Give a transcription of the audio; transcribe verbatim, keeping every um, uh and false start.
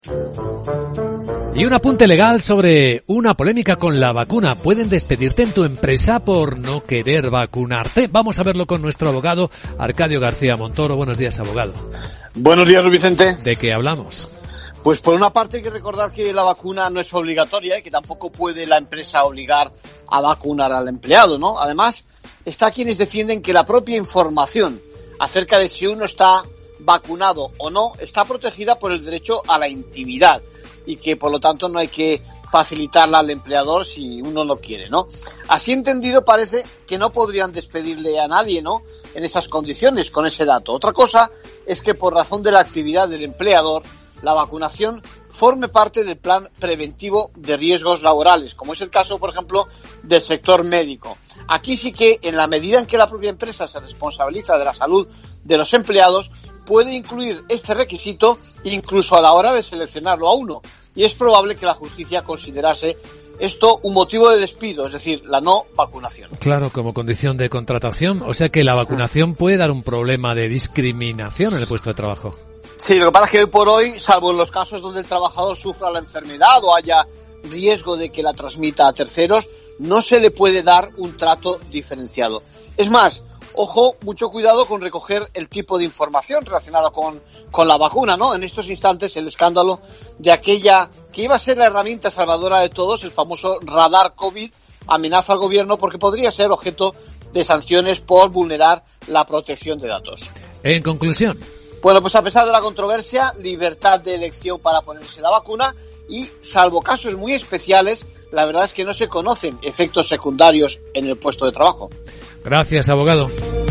Y un apunte legal sobre una polémica con la vacuna. ¿Pueden despedirte en tu empresa por no querer vacunarte? Vamos a verlo con nuestro abogado Arcadio García Montoro. Buenos días, abogado. Buenos días, Luis Vicente. ¿De qué hablamos? Pues por una parte hay que recordar que la vacuna no es obligatoria y que tampoco puede la empresa obligar a vacunar al empleado, ¿no? Además, está quienes defienden que la propia información acerca de si uno está vacunado o no está protegida por el derecho a la intimidad y que por lo tanto no hay que facilitarla al empleador si uno no quiere, ¿no? Así entendido, parece que no podrían despedirle a nadie, ¿no?, en esas condiciones, con ese dato. Otra cosa es que por razón de la actividad del empleador, la vacunación forme parte del plan preventivo de riesgos laborales, como es el caso, por ejemplo, del sector médico. Aquí sí que, en la medida en que la propia empresa se responsabiliza de la salud de los empleados, puede incluir este requisito incluso a la hora de seleccionarlo a uno. Y es probable que la justicia considerase esto un motivo de despido, es decir, la no vacunación. Claro, como condición de contratación. O sea que la vacunación puede dar un problema de discriminación en el puesto de trabajo. Sí, lo que pasa es que hoy por hoy, salvo en los casos donde el trabajador sufra la enfermedad o haya riesgo de que la transmita a terceros, no se le puede dar un trato diferenciado. Es más, ojo, mucho cuidado con recoger el tipo de información relacionada con, con la vacuna, ¿no? En estos instantes, el escándalo de aquella que iba a ser la herramienta salvadora de todos, el famoso radar COVID, amenaza al gobierno porque podría ser objeto de sanciones por vulnerar la protección de datos. En conclusión. Bueno, pues a pesar de la controversia, libertad de elección para ponerse la vacuna y, salvo casos muy especiales, la verdad es que no se conocen efectos secundarios en el puesto de trabajo. Gracias, abogado.